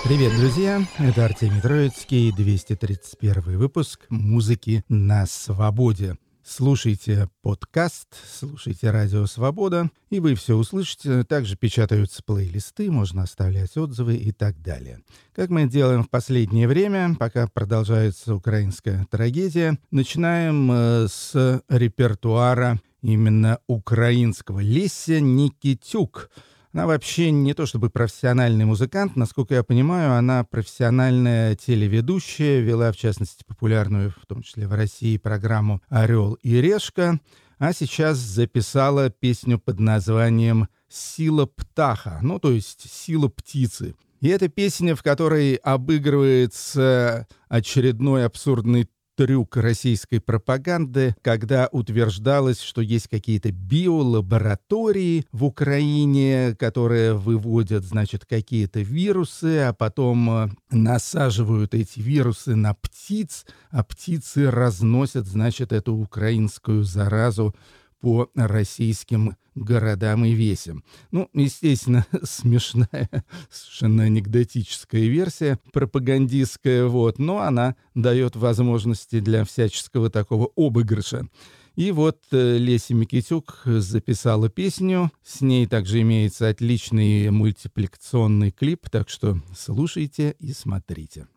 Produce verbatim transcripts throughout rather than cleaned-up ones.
Привет, друзья! Это Артемий Троицкий, двести тридцать первый выпуск «Музыки на свободе». Слушайте подкаст, слушайте Радио Свобода, и вы все услышите. Также печатаются плейлисты, можно оставлять отзывы и так далее. Как мы делаем в последнее время, пока продолжается украинская трагедия, начинаем э, с репертуара именно украинского. Леся Никитюк. Она вообще не то чтобы профессиональный музыкант, насколько я понимаю, она профессиональная телеведущая, вела, в частности, популярную, в том числе в России, программу «Орел и решка», а сейчас записала песню под названием «Сила птаха», ну, то есть «Сила птицы». И это песня, в которой обыгрывается очередной абсурдный трюк российской пропаганды, когда утверждалось, что есть какие-то биолаборатории в Украине, которые выводят, значит, какие-то вирусы, а потом насаживают эти вирусы на птиц, а птицы разносят, значит, эту украинскую заразу по российским городам и весям. Ну, естественно, смешная, совершенно анекдотическая версия, пропагандистская, вот, но она дает возможности для всяческого такого обыгрыша. И вот э, Леся Никитюк записала песню, с ней также имеется отличный мультипликационный клип, так что слушайте и смотрите.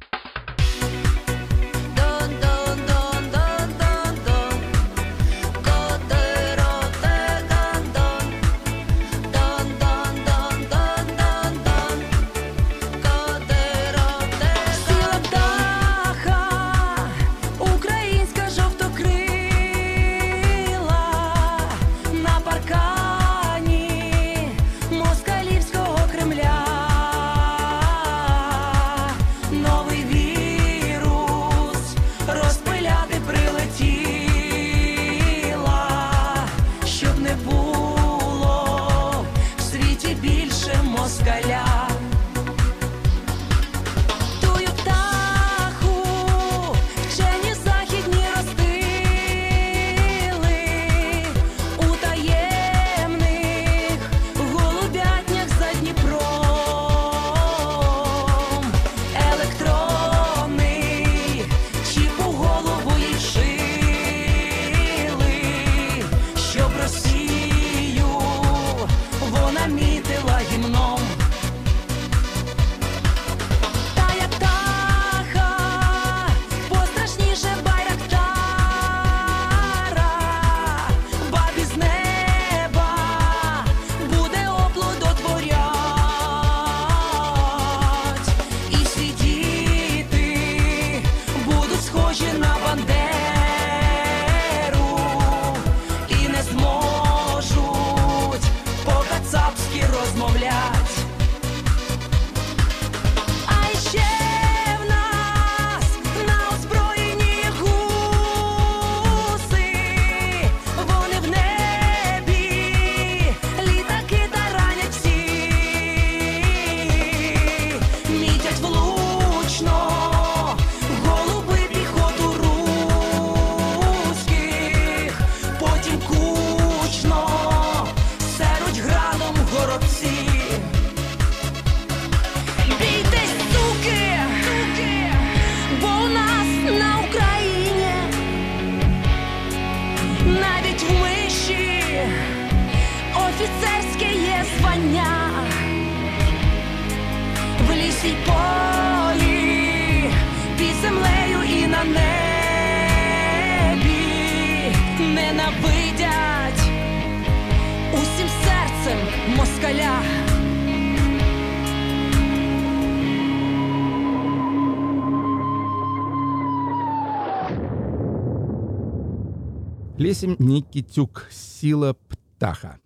Леся Никитюк, «Сила птаха».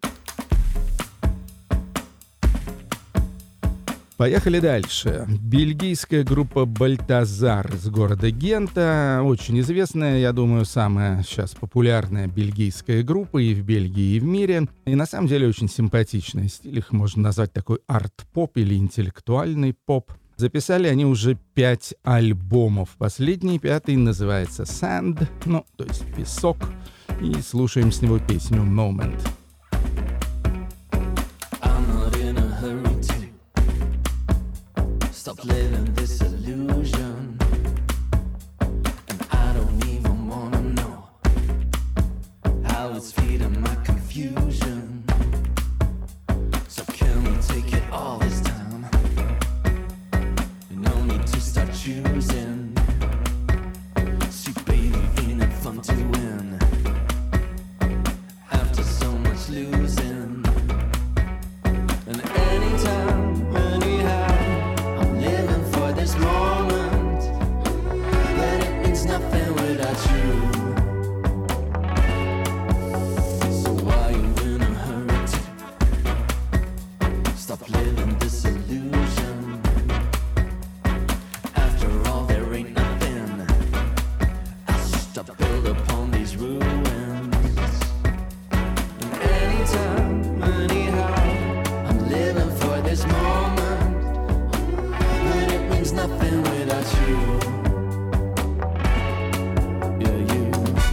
Поехали дальше. Бельгийская группа «Бальтазар» из города Гента. Очень известная, я думаю, самая сейчас популярная бельгийская группа и в Бельгии, и в мире. И на самом деле очень симпатичный стиль. Их можно назвать такой арт-поп или интеллектуальный поп. Записали они уже пять альбомов. Последний, пятый, называется «Sand», ну, то есть «Песок». И слушаем с него песню «Moment». Stop it's feeding my confusion. So can we take it all this time? No need to start choosing. See, baby, ain't it fun to win? After so much losing. And anytime, anyhow, I'm living for this moment. But it means nothing without you. So why you in a hurry to stop living this illusion? After all, there ain't nothing. I'll stop build upon these ruins. And anytime, anyhow, I'm living for this moment. But it means nothing without you. Yeah, you.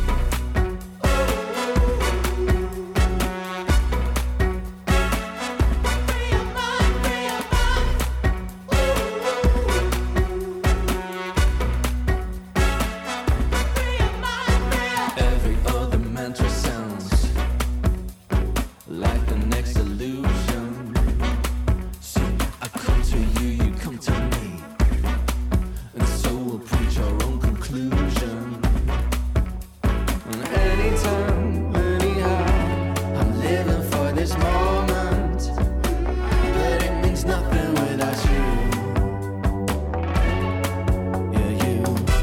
Every other mantra sounds like the next illusion. So I come to you, you come to me, and so we'll preach our own conclusion. And anytime, anyhow, I'm living for this moment, but it means nothing without you. Yeah, you.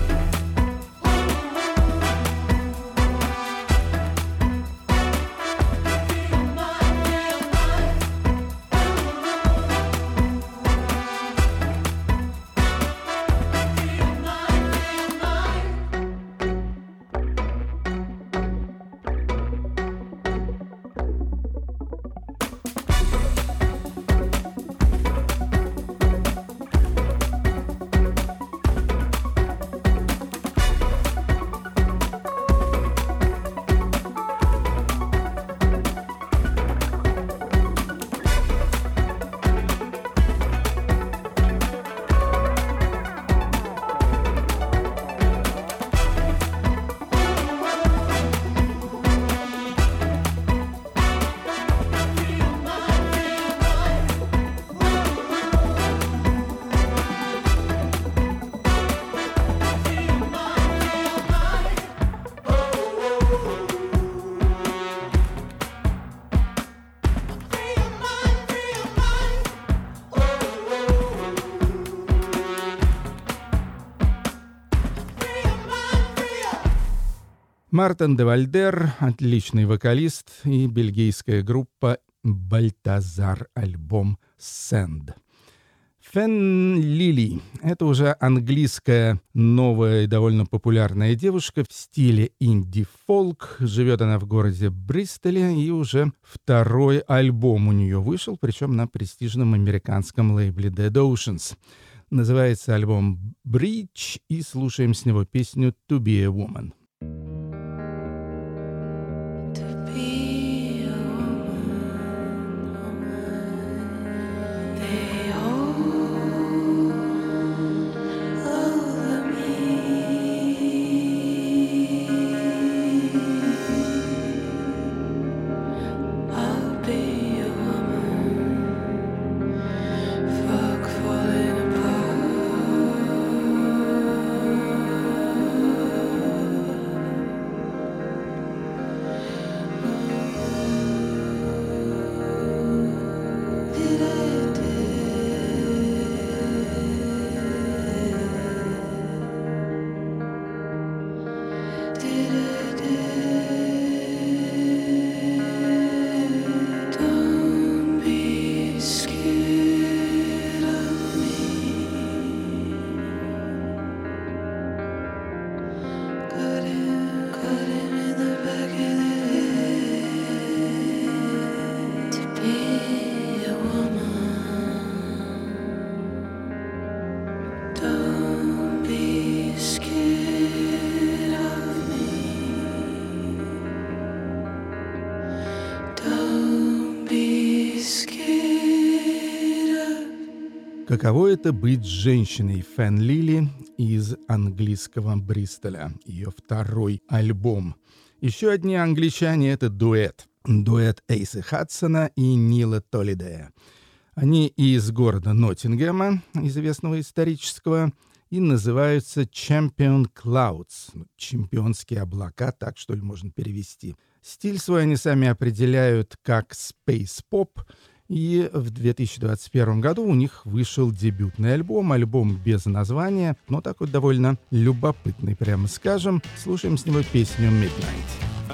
Мартин де Вальдер, отличный вокалист, и бельгийская группа «Бальтазар», альбом «Sand». Фен Лили — это уже английская новая и довольно популярная девушка в стиле инди-фолк. Живет она в городе Бристоле, и уже второй альбом у нее вышел, причем на престижном американском лейбле Dead Oceans. Называется альбом «Bridge», и слушаем с него песню «To be a woman». Каково это быть женщиной? Фен Лили из английского Бристоля. Ее второй альбом. Еще одни англичане — это дуэт. Дуэт Эйса Хадсона и Нила Толидея. Они из города Ноттингема, известного исторического, и называются Champion Clouds. Чемпионские облака, так что ли можно перевести. Стиль свой они сами определяют как Space Pop. И в две тысячи двадцать первом году у них вышел дебютный альбом, альбом без названия, но такой довольно любопытный, прямо скажем. Слушаем с него песню «Midnight».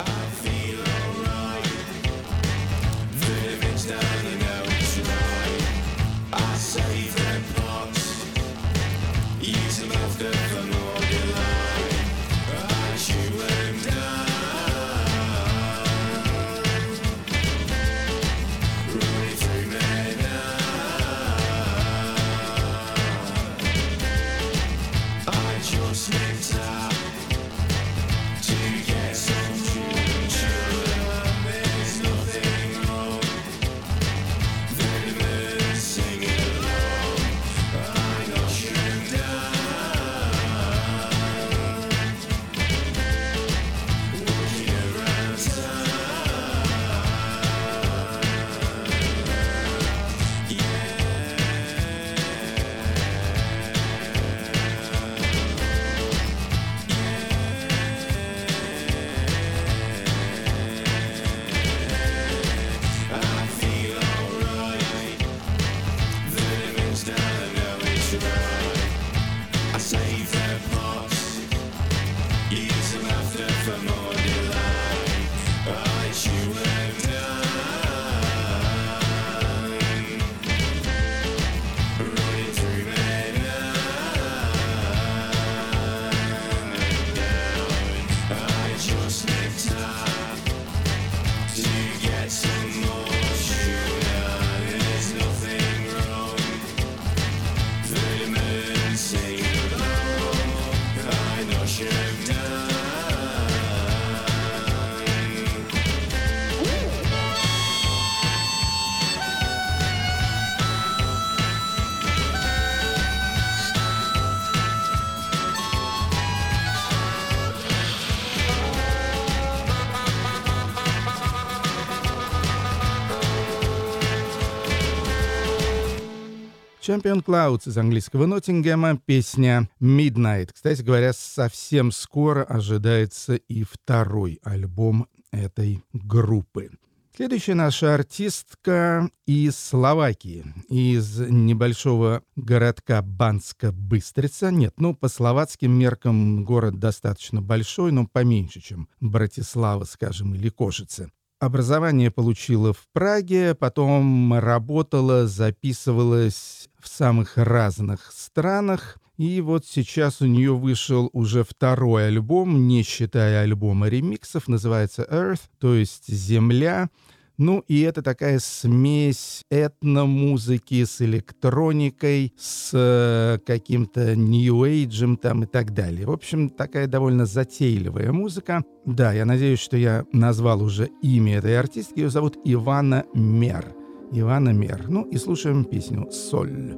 Champion Clouds из английского Ноттингема, песня Midnight. Кстати говоря, совсем скоро ожидается и второй альбом этой группы. Следующая наша артистка из Словакии, из небольшого городка Банска Быстрица. Нет, ну, по словацким меркам город достаточно большой, но поменьше, чем Братислава, скажем, или Кошице. Образование получила в Праге, потом работала, записывалась в самых разных странах. И вот сейчас у нее вышел уже второй альбом, не считая альбома ремиксов, называется Earth, то есть «Земля». Ну и это такая смесь этномузыки с электроникой, с э, каким-то нью-эйджем там и так далее. В общем, такая довольно затейливая музыка. Да, я надеюсь, что я назвал уже имя этой артистки. Ее зовут Ивана Мер. Ивана Мер. Ну и слушаем песню «Соль».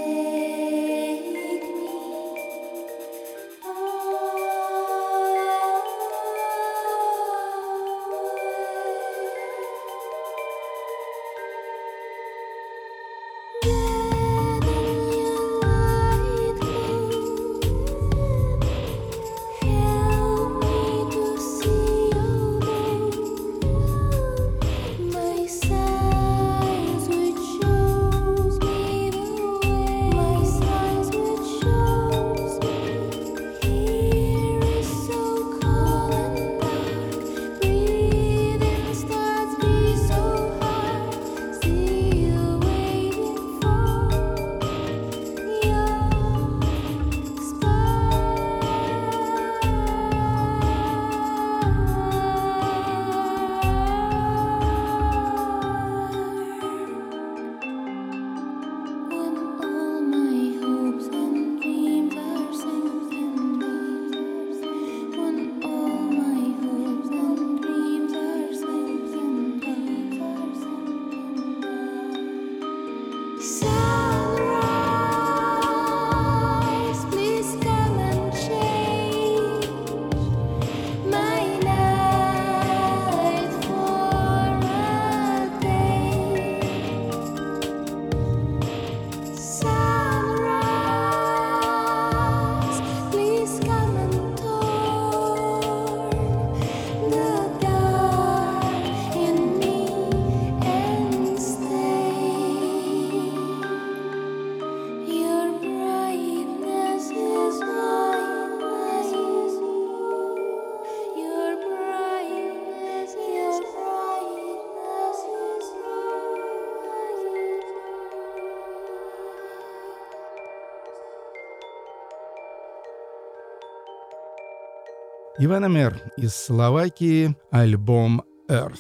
Oh Иваномер из Словакии, альбом Earth.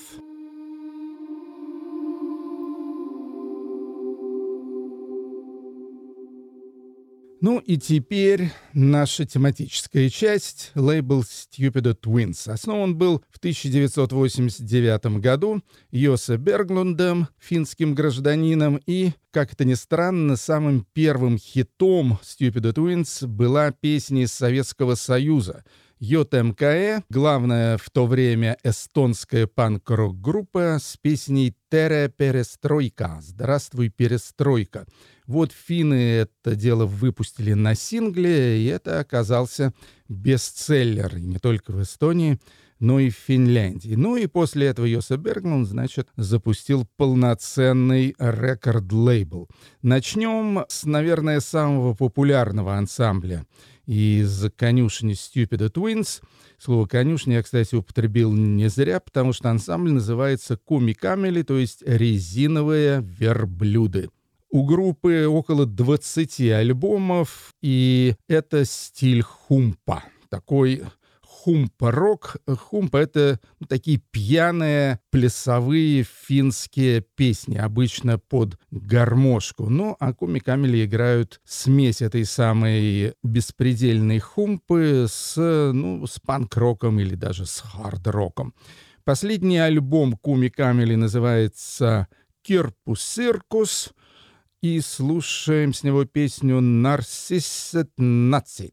Ну и теперь наша тематическая часть, лейбл Stupid Twins. Основан был в тысяча девятьсот восемьдесят девятом году Йосе Берглундом, финским гражданином, и, как это ни странно, самым первым хитом Stupid Twins была песня из Советского Союза. ЙТМКЭ, главная в то время эстонская панк-рок-группа с песней «Тере перестройка» — «Здравствуй, перестройка». Вот финны это дело выпустили на сингле, и это оказался бестселлер и не только в Эстонии, но и в Финляндии. Ну и после этого Йосе Берглунд, значит, запустил полноценный рекорд-лейбл. Начнем с, наверное, самого популярного ансамбля из конюшни Stupid Twins. Слово «конюшня» я, кстати, употребил не зря, потому что ансамбль называется «Кумикамели», то есть «резиновые верблюды». У группы около двадцати альбомов, и это стиль хумпа. Такой хумпа-рок. Хумпа — это ну, такие пьяные плясовые финские песни, обычно под гармошку. Ну, а Кумикамели играют смесь этой самой беспредельной хумпы с, ну, с панк-роком или даже с хард-роком. Последний альбом Кумикамели называется «Кирпус Циркус», и слушаем с него песню «Нарциссет Нацит».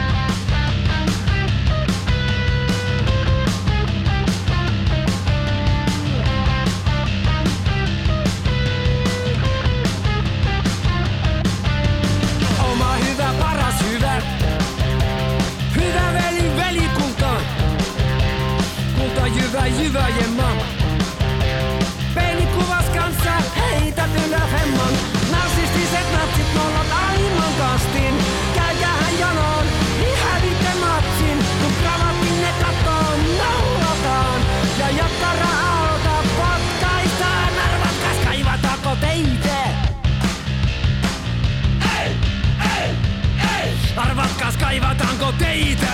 Oma hyvä, paras hyvä. Hyvä veli, velikulta. Kulta jyvä, jyväjen maa. Peilikuvas kanssa heität ylä hemman. Narsistiset natsit nollat aivan kastin. Käykäähän jonoon, niin hävitte matsin. Kun kravattin ne kattoon, naulataan. Ja jakkara alta potkaistaan. Arvatkas kaivataanko teitä? Ei, ei, ei. Arvatkas kaivataanko teitä?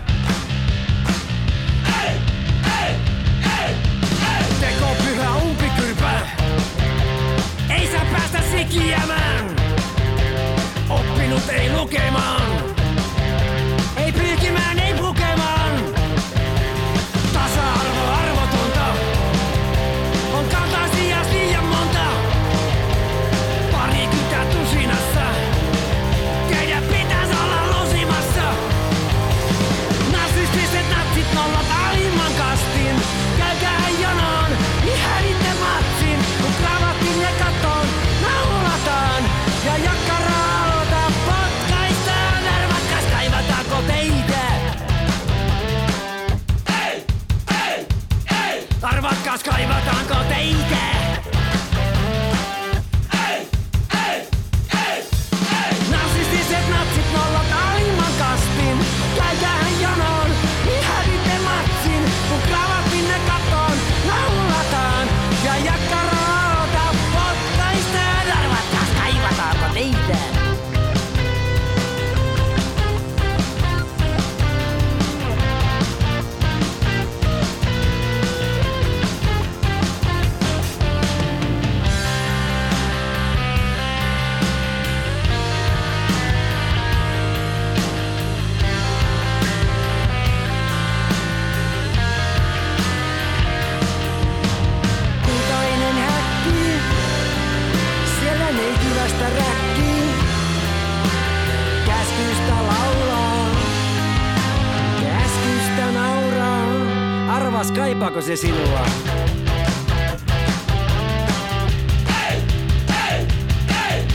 Ei, ei, ei, ei. Teko pyhä umpikyrpä. Ei saa päästä sikiämään. Oppinut ei lukemaan. Ei pyyhkimään, ei pukemaan. Tasa-arvo arvotonta. On kaltaisia liian monta. Parikymmentä tusinassa. Teidän pitäis olla lusimassa. Narsistiset natsit nollat aivan kastin. Käykää jonoon, niin hävitte matsin. Kun kravattin ja kattoon naulataan. Ja jakkaraalta potkaistaan. Arvatkas kaivataanko teitä? Ei, ei, ei. Arvatkas kaivataanko teitä? Ei, ei, ei, ei. Narsistiset natsit nollat aivan kastin. Käykäähän jonoon, niin hävitte matsin. Kun kravattin ne kattoon naulataan. Ja jakkaraalta potkaistaan. Arvatkas kaivataanko teitä? Kultainen häkki, siellä neityvästä räkki. Käskystä laulaa, käskystä nauraa. Arvas kaipaako se sinua? Ei, ei, ei.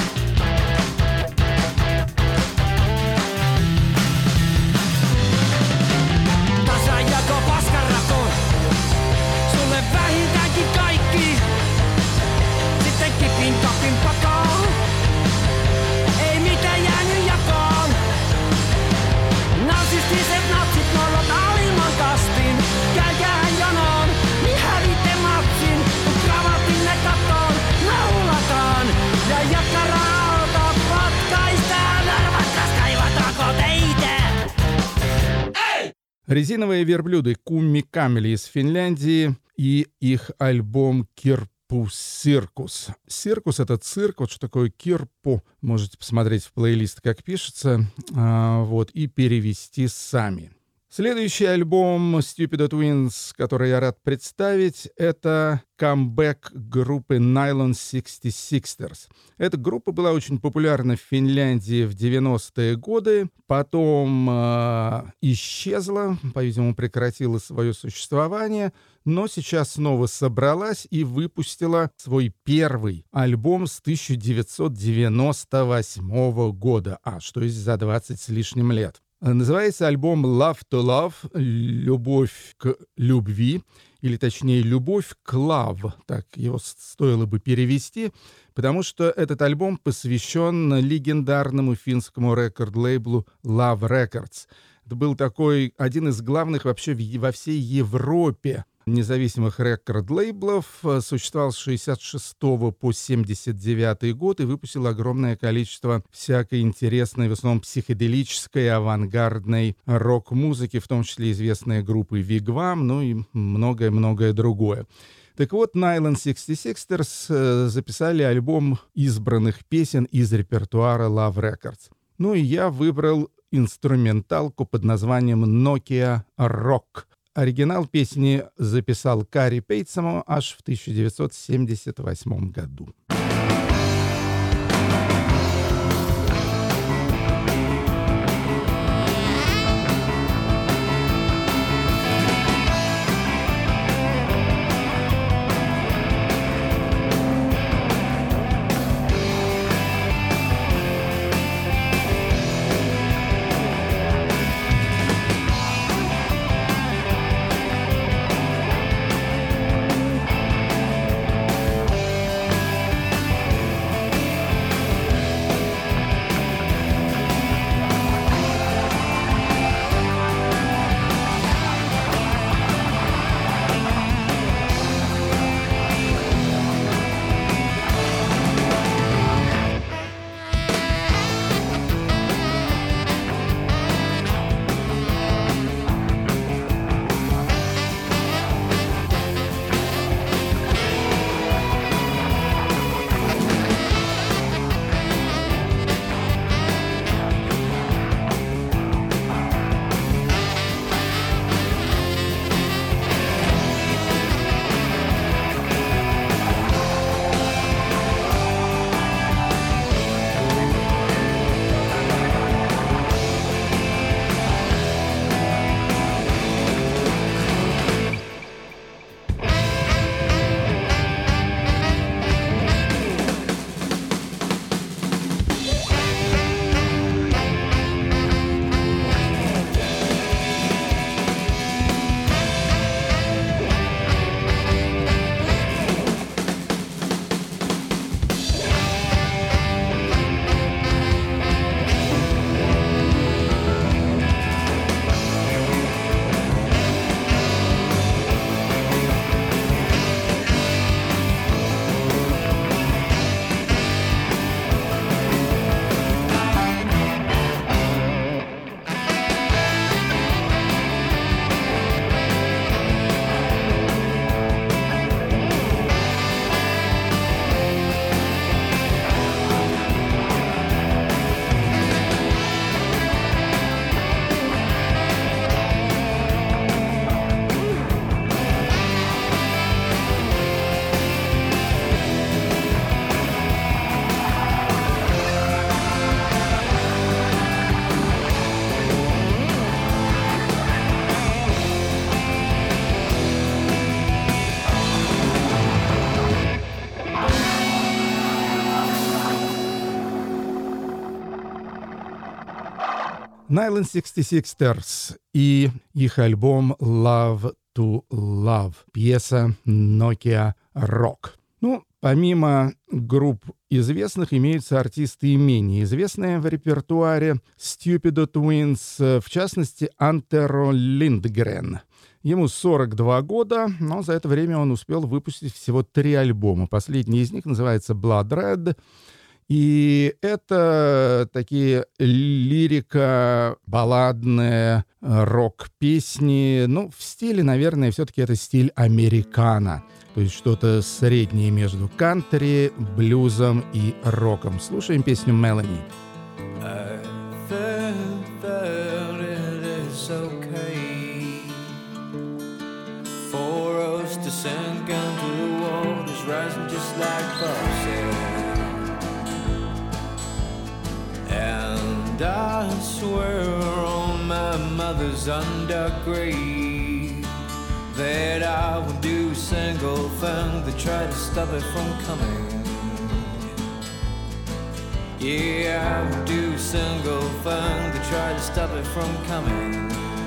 Tasajako paskarako, sulle vähintäänkin kaikki. Sitten kipin kapin pakaan. Ei mitään jäänyt jakoon. Narsistiset natsit nollat aivan kastin. Käykäähän jonoon, niin Резиновые верблюды Кумми Камели из Финляндии и их альбом «Кирпу Циркус». Циркус — это цирк, вот что такое кирпу. Можете посмотреть в плейлист, как пишется, а, вот, и перевести сами. Следующий альбом Stupid Twins, который я рад представить, это камбэк группы Nylon шестьдесят Sixers. Эта группа была очень популярна в Финляндии в девяностые годы, потом э, исчезла, по-видимому, прекратила свое существование, но сейчас снова собралась и выпустила свой первый альбом с тысяча девятьсот девяносто восьмого года, а что есть за двадцать с лишним лет. Называется альбом «Love to Love», «Любовь к любви», или точнее «Любовь к love», так его стоило бы перевести, потому что этот альбом посвящен легендарному финскому рекорд-лейблу Love Records. Это был такой один из главных вообще во всей Европе независимых рекорд-лейблов, существовал с шестьдесят шестого по семьдесят девятый год и выпустил огромное количество всякой интересной, в основном психоделической, авангардной рок-музыки, в том числе известные группы Вигвам, ну и многое-многое другое. Так вот, Nylon шестьдесят Sixers записали альбом избранных песен из репертуара Love Records. Ну и я выбрал инструменталку под названием «Nokia Rock». Оригинал песни записал Кари Пейтсамо аж в тысяча девятьсот семьдесят восьмом году. Nylon шестьдесят Sixers и их альбом «Love to Love», пьеса «Nokia Rock». Ну, помимо групп известных, имеются артисты и менее известные в репертуаре. Stupid Twins, в частности, Антеро Линдгрен. Ему сорок два года, но за это время он успел выпустить всего три альбома. Последний из них называется «Blood Red». И это такие лирика-балладные рок-песни. Ну, в стиле, наверное, все-таки это стиль американо. То есть что-то среднее между кантри, блюзом и роком. Слушаем песню «Мелани». I think that it is okay for us to sink into the waters rising just like Bob said. And I swear on my mother's undark grave that I will do a single thing to try to stop it from coming. Yeah, I will do a single thing to try to stop it from coming.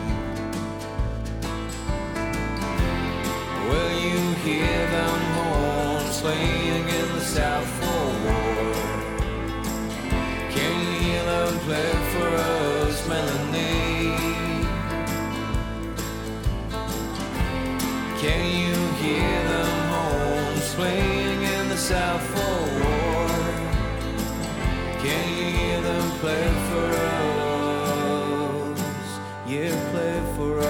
Will you hear them horns playing in the South Forward? Can you hear them play for us, Melanie? Can you hear them horns playing in the South Forward? Can you hear them play for us? Yeah, play for us.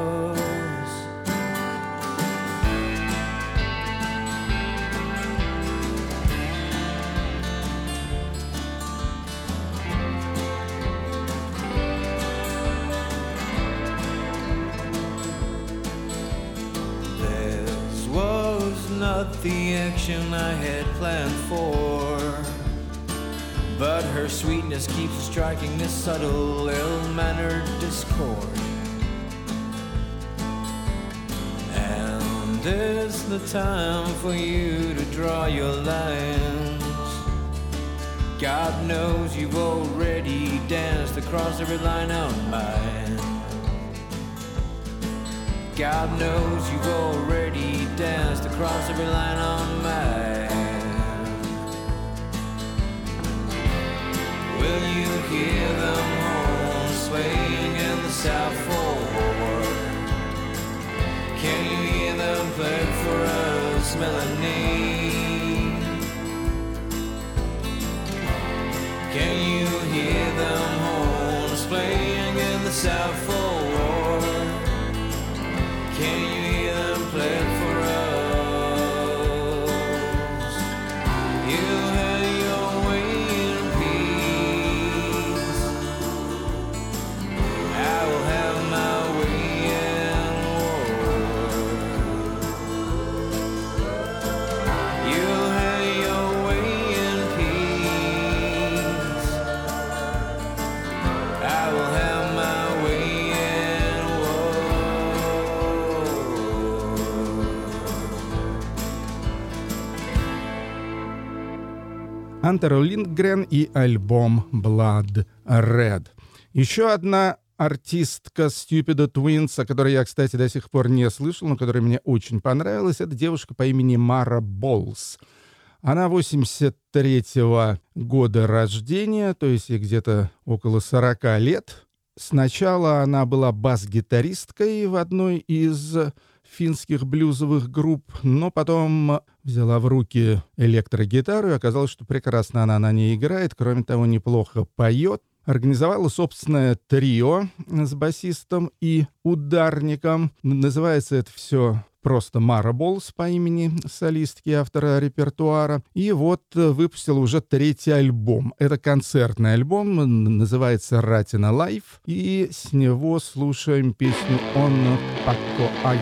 This was not the action I had planned for, but her sweetness keeps striking this subtle, ill-mannered discord. And it's the time for you to draw your lines. God knows you've already danced across every line on mine. God knows you've already danced across every line on mine. Will you hear them horns swaying in the South Forward? Can you hear them play for us, Melanie? Can you hear them horns playing in the South Forward? Can you hear them play for us? You had your way in peace. I will have my way in war. You had your way in peace. I will have my way in war. Антеро Линдгрен и альбом Blood Red. Еще одна артистка Stupid Twins, о которой я, кстати, до сих пор не слышал, но которая мне очень понравилась, это девушка по имени Мара Болс. Она восемьдесят третьего года рождения, то есть ей где-то около сорока лет. Сначала она была бас-гитаристкой в одной из финских блюзовых групп, но потом взяла в руки электрогитару, и оказалось, что прекрасно она на ней играет, кроме того, неплохо поет. Организовала собственное трио с басистом и ударником. Называется это все просто Мара Болс по имени солистки, автора репертуара. И вот выпустила уже третий альбом. Это концертный альбом, называется «Ратина Лайф». И с него слушаем песню «Он Пако Айя».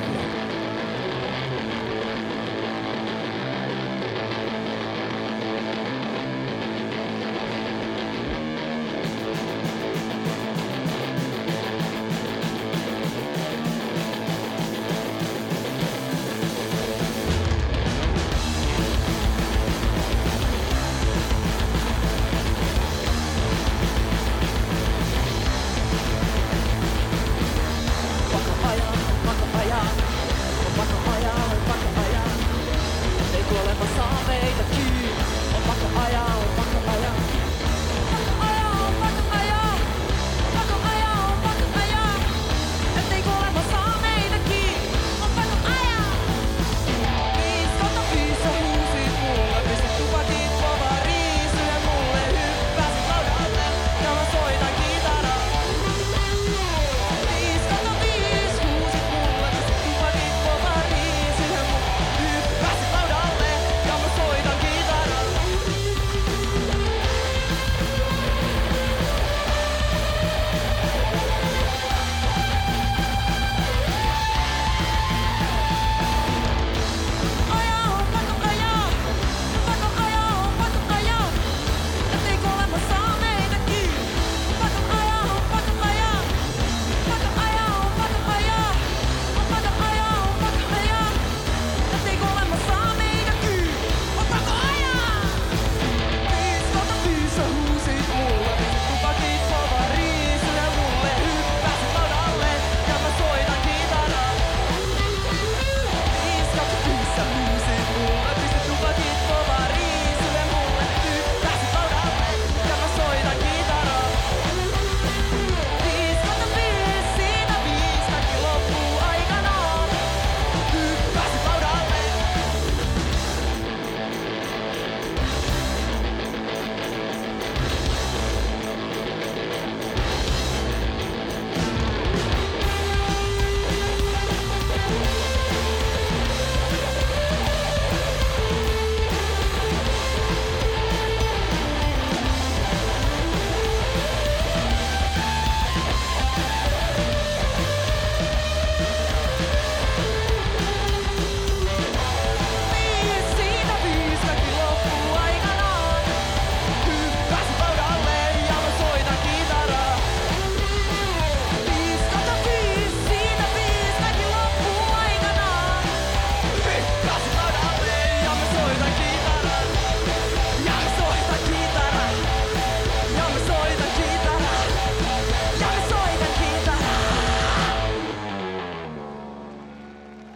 Pakapaya, pakapaya,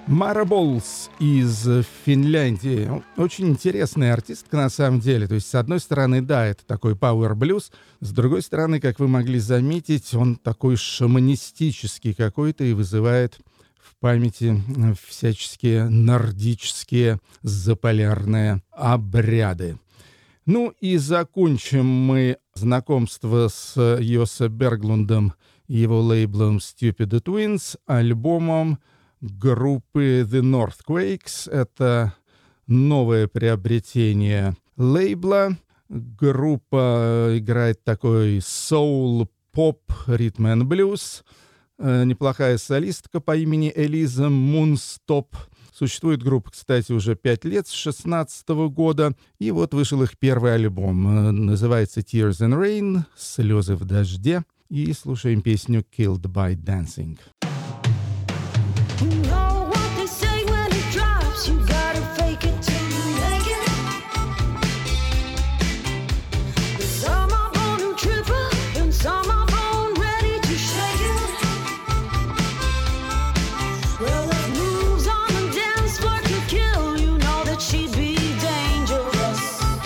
Мара Болс из Финляндии. Очень интересная артистка на самом деле. То есть, с одной стороны, да, это такой пауэр-блюз. С другой стороны, как вы могли заметить, он такой шаманистический какой-то и вызывает в памяти всяческие нордические заполярные обряды. Ну и закончим мы знакомство с Йосе Берглундом и его лейблом Stupid Twins альбомом группы The Northquakes. Это новое приобретение лейбла. Группа играет такой соул, поп, ритм and блюз. Неплохая солистка по имени Элиза Мунстоп. Существует группа, кстати, уже пять лет, с шестнадцатого года. И вот вышел их первый альбом. Называется Tears in Rain, «Слезы в дожде». И слушаем песню Killed by Dancing. You know what they say when it drops, you gotta fake it till you make it. But some are born to triple, and some are born ready to shake it. Well, if moves on the dance floor could kill, you know that she'd be dangerous.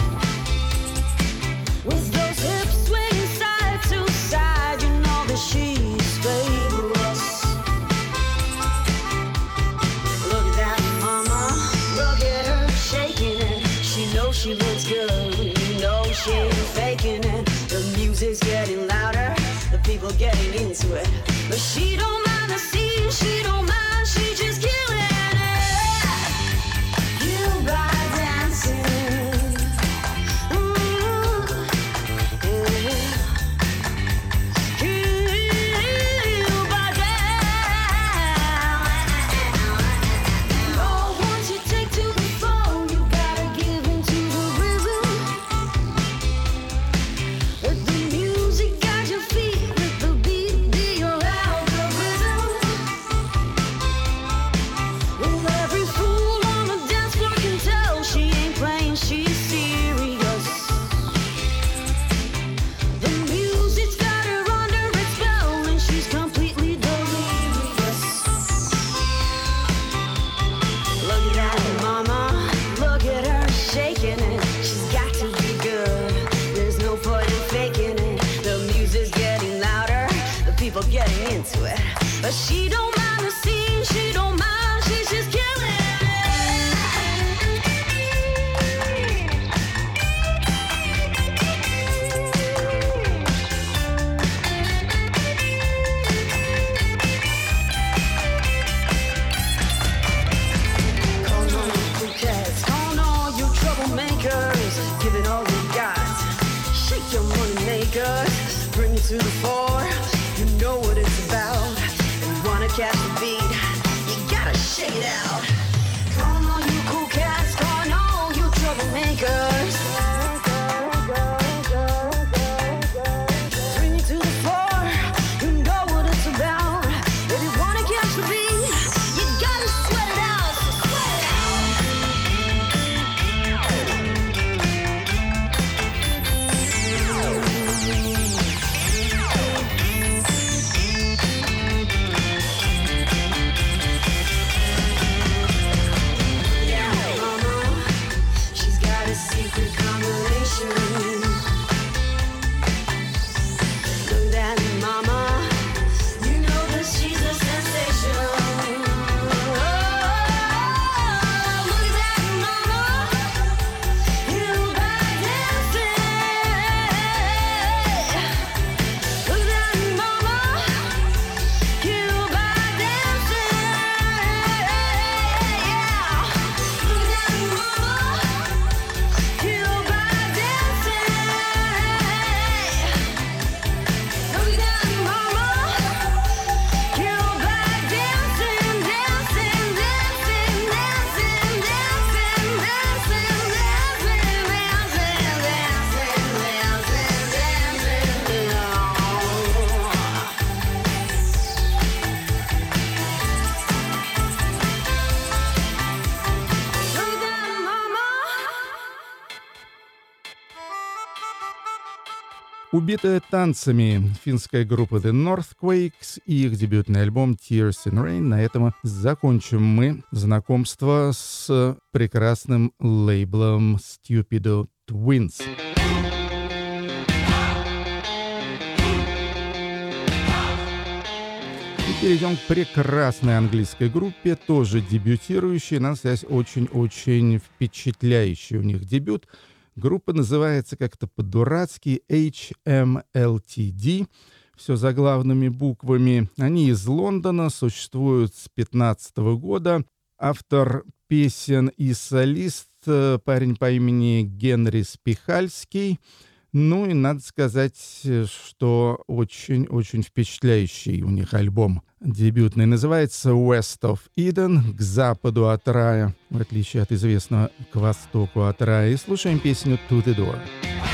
With those hips swinging side to side, you know that she's fabulous. She looks good, you know she ain't faking it. The music's getting louder, the people getting into it. But she don't mind the scene, she don't mind, she just killing it. Killed by dancing. Ooh, yeah. Killed by dancing. Oh, once you take to the floor, you gotta give into getting into it. But she don't mind the scene, she don't mind, she's just killing Call on you cats, call on you troublemakers, give it all you got. Shake your money makers, bring it to the floor. You know what it's about. You wanna catch the beat, you gotta shake it out. Come on, you cool cats, come on, you troublemakers. Bring it to the floor, you know what it's about. If you wanna catch the beat, you gotta sweat it out, so sweat it see Убитая танцами, финская группа The Northquakes и их дебютный альбом Tears in Rain. На этом закончим мы знакомство с прекрасным лейблом Stupido Twins. И перейдем к прекрасной английской группе, тоже дебютирующей. На связь очень-очень впечатляющий у них дебют. Группа называется как-то по-дурацки эйч эм эл ти ди, все заглавными буквами. Они из Лондона, существуют с две тысячи пятнадцатого года. Автор песен и солист парень по имени Генри Спихальский. Ну и надо сказать, что очень-очень впечатляющий у них альбом дебютный. Называется West of Eden, к западу от рая, в отличие от известного к востоку от рая. И слушаем песню To the Door.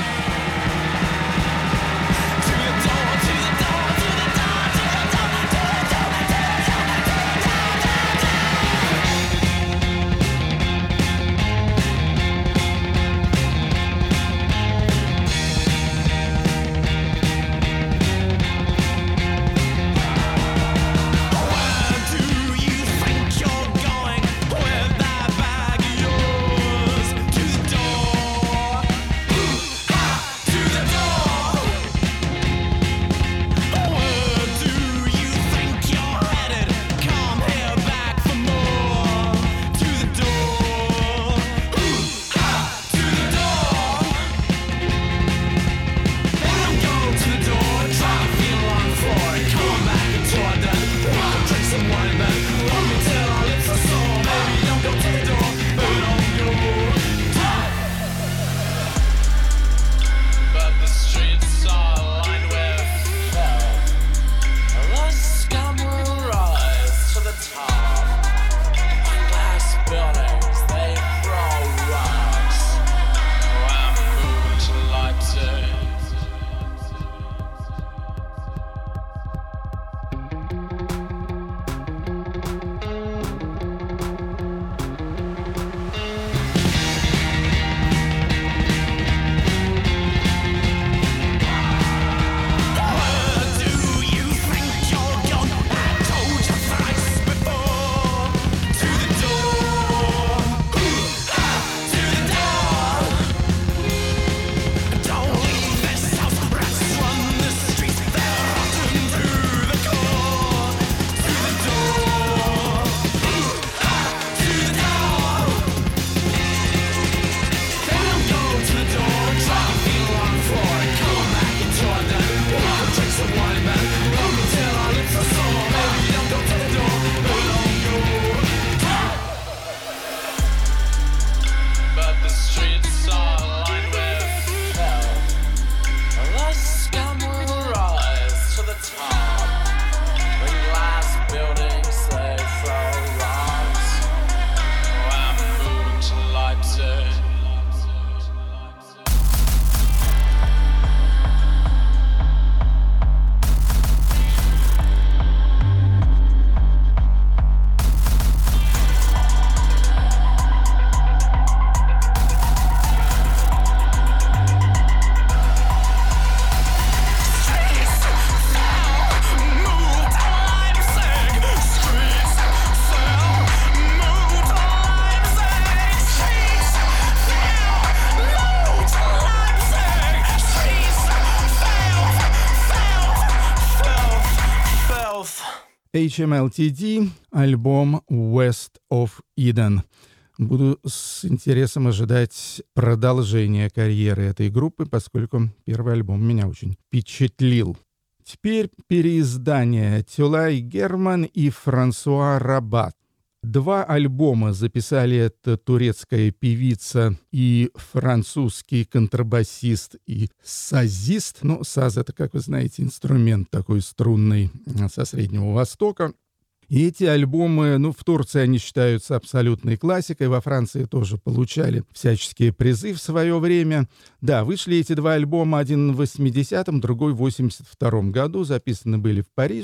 эйч эм эл ти ди, альбом West of Eden. Буду с интересом ожидать продолжения карьеры этой группы, поскольку первый альбом меня очень впечатлил. Теперь переиздание Тюлай Герман и Франсуа Рабат. Два альбома записали эта турецкая певица и французский контрабасист и сазист. Ну, саз — это, как вы знаете, инструмент такой струнный со Среднего Востока. И эти альбомы, ну, в Турции они считаются абсолютной классикой, во Франции тоже получали всяческие призы в свое время. Да, вышли эти два альбома, один в восьмидесятом, другой в восемьдесят втором году, записаны были в Париже.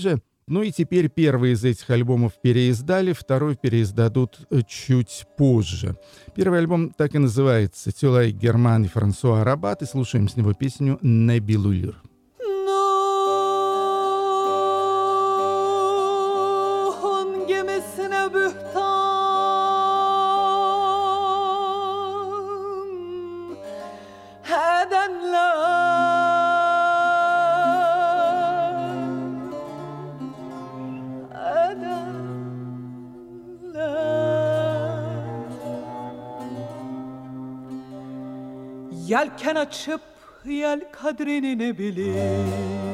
Ну и теперь первый из этих альбомов переиздали, второй переиздадут чуть позже. Первый альбом так и называется «Тюлай Герман и Франсуа Рабат», и слушаем с него песню «Небилулюр». Yelken açıp yel kadrini ne bilir?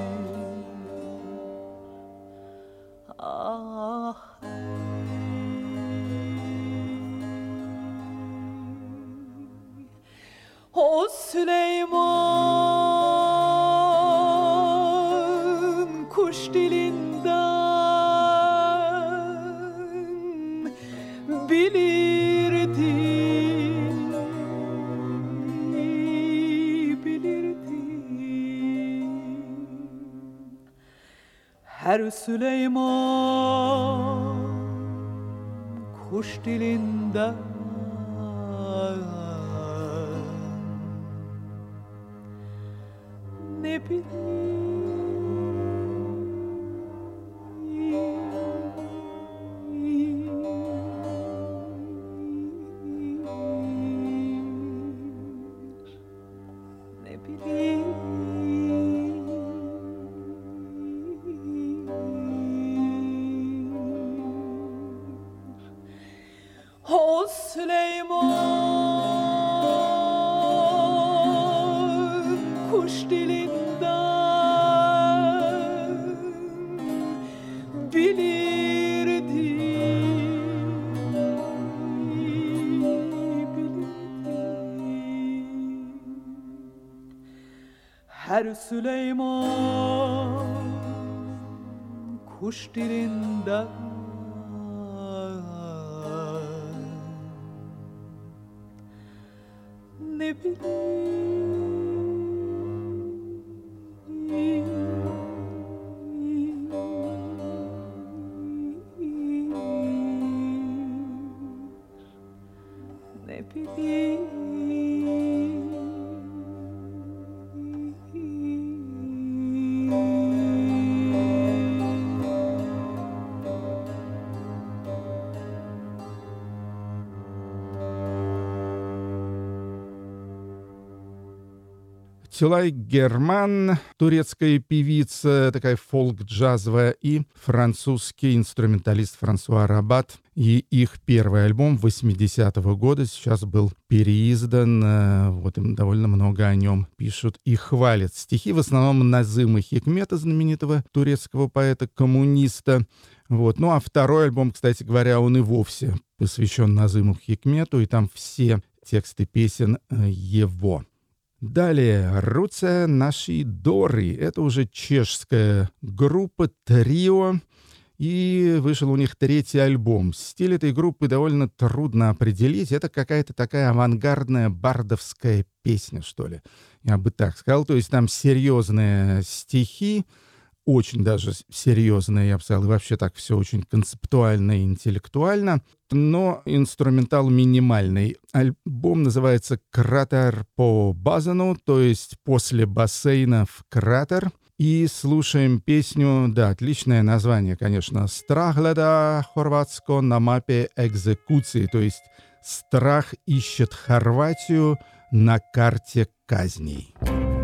Ah, o Süleyman kuş dilinden bilirdi. Her Süleyman kuş dilinden ne bilir? Ne bilir? O Süleyman kuş dilinden bilirdi, bilirdi. Her Süleyman kuş dilinden ne bileyim. Ne bileyim. Тюлай Герман, турецкая певица, такая фолк-джазовая, и французский инструменталист Франсуа Рабат. И их первый альбом восьмидесятого года сейчас был переиздан. Вот им довольно много о нем пишут и хвалят. Стихи в основном Назыма Хикмета, знаменитого турецкого поэта-коммуниста. Вот. Ну а второй альбом, кстати говоря, он и вовсе посвящен Назыму Хикмету, и там все тексты песен его. Далее «Руце нашей Доры». Это уже чешская группа, трио. И вышел у них третий альбом. Стиль этой группы довольно трудно определить. Это какая-то такая авангардная бардовская песня, что ли. Я бы так сказал. То есть там серьезные стихи, очень даже серьезные, я бы сказал. И вообще так все очень концептуально и интеллектуально. Но инструментал минимальный. Альбом называется «Кратер по Базану», то есть «После бассейна в кратер». И слушаем песню, да, отличное название, конечно, «Страх гледа Хорватско на мапе экзекуции», то есть «Страх ищет Хорватию на карте казней».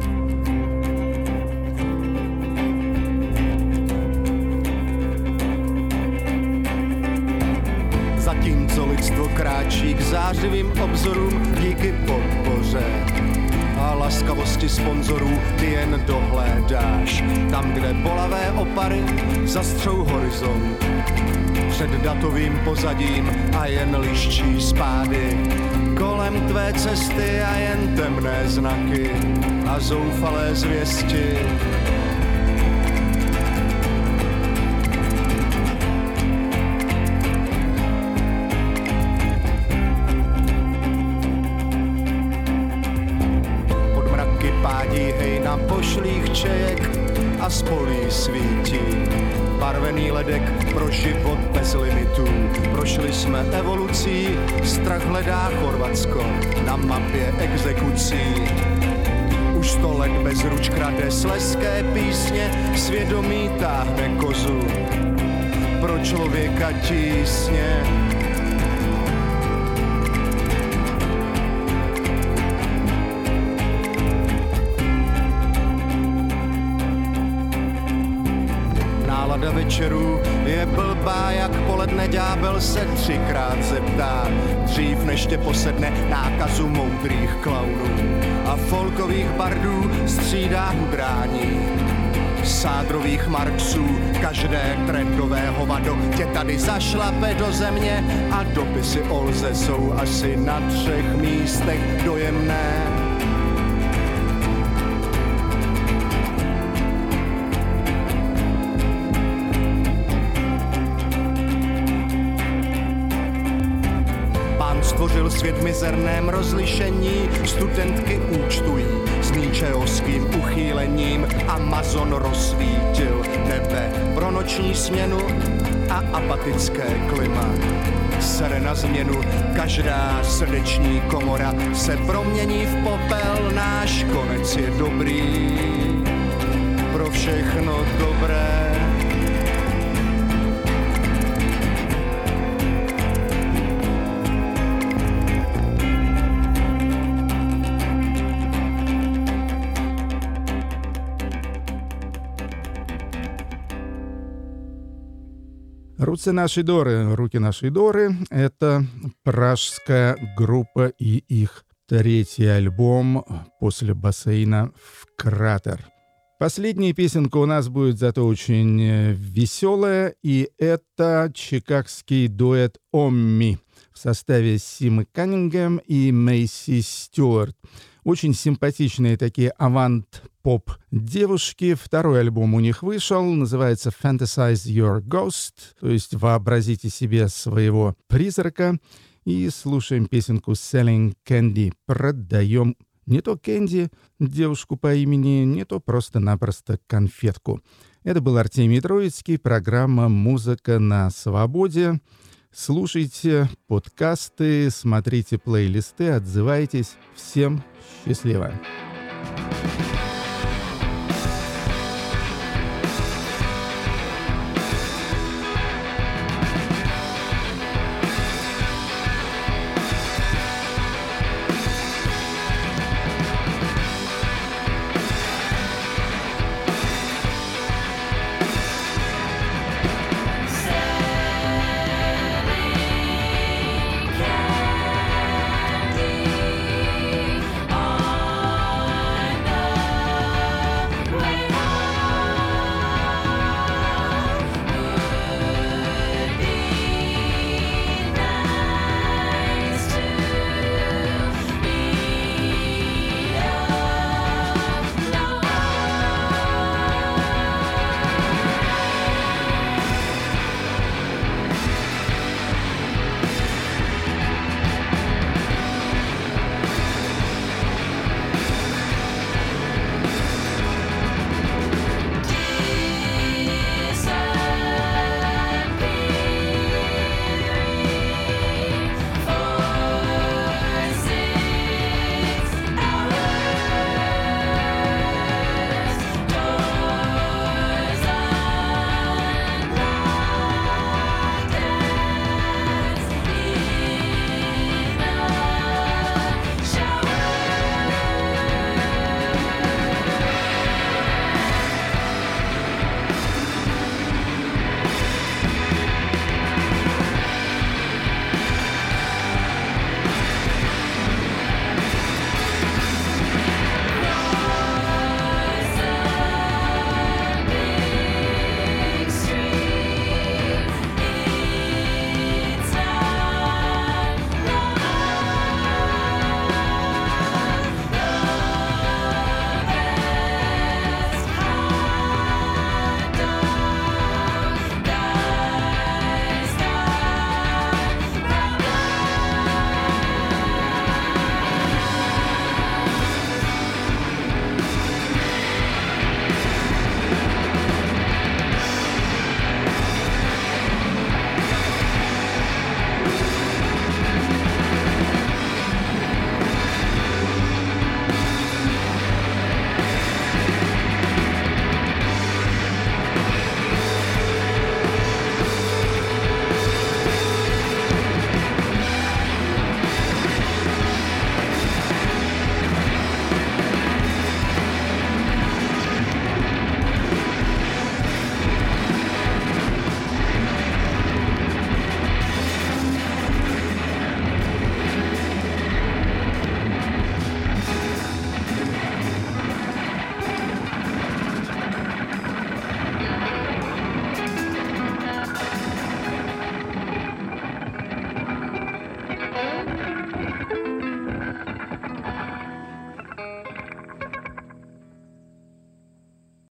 Zatímco lidstvo kráčí k zářivým obzorům díky podpoře a laskavosti sponzorů, ty jen dohlédáš. Tam, kde bolavé opary zastřou horizont před datovým pozadím a jen liščí spády. Kolem tvé cesty a jen temné znaky a zoufalé zvěsti. Pošlých čejek a a z polí svítí. Barvený ledek pro život bez limitů. Prošli jsme evolucí, strach hledá Chorvatsko na mapě exekucí. Už sto let bez ruč krade slezské písně, svědomí táhne kozu pro člověka tísně. Nálada večerů je blbá, jak poledne ďábel se třikrát zeptá. Dřív než tě posedne nákazu moudrých klaunů a folkových bardů střídá hudrání. Sádrových Marxů, každé trendové hovado tě tady zašlape do země a dopisy o lze jsou asi na třech místech dojemné. Stvořil svět v mizerném rozlišení, studentky účtují s níčeovským uchýlením. Amazon rozsvítil nebe pro noční směnu a apatické klima sere na změnu. Každá srdeční komora se promění v popel, náš konec je dobrý, pro všechno dobré. «Руцы нашей Доры», «Руки нашей Доры» — это пражская группа и их третий альбом после бассейна в «Кратер». Последняя песенка у нас будет зато очень веселая, и это чикагский дуэт «Омми» в составе Симы Каннингем и Мэйси Стюарт. Очень симпатичные такие авант-поп девушки. Второй альбом у них вышел, называется «Fantasize Your Ghost», то есть «Вообразите себе своего призрака». И слушаем песенку «Selling Candy». Продаем не то кэнди, девушку по имени, не то просто-напросто конфетку. Это был Артемий Троицкий, программа «Музыка на свободе». Слушайте подкасты, смотрите плейлисты, отзывайтесь. Всем счастливо!